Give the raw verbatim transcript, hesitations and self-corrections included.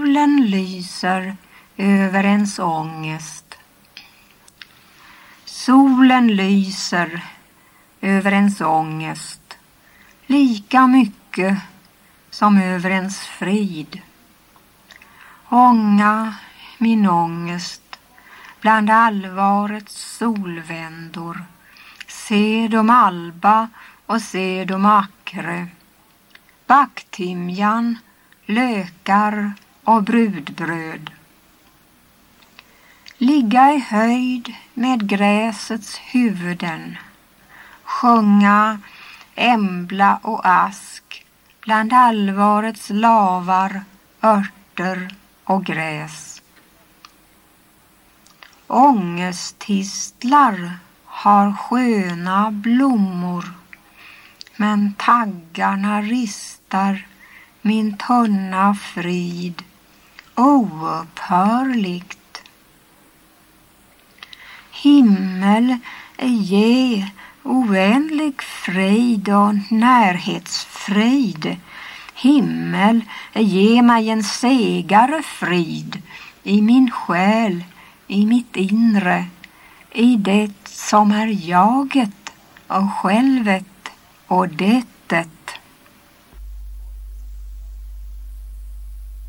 Solen lyser över ens ångest. Solen lyser över ens ångest lika mycket som över ens frid. Ånga min ångest bland allvarets solvändor. Se dem alba och se dem ackre. Backtimjan, lökar och brudbröd. Ligga i höjd med gräsets huvuden. Sjunga embla och ask bland allvarets lavar, örter och gräs. Ångesttistlar har sköna blommor, men taggarna ristar min tunna frid oupphörligt. Himmel ge oändlig frid och närhetsfrid. Himmel ge mig en segare frid i min själ, i mitt inre, i det som är jaget och självet och detet.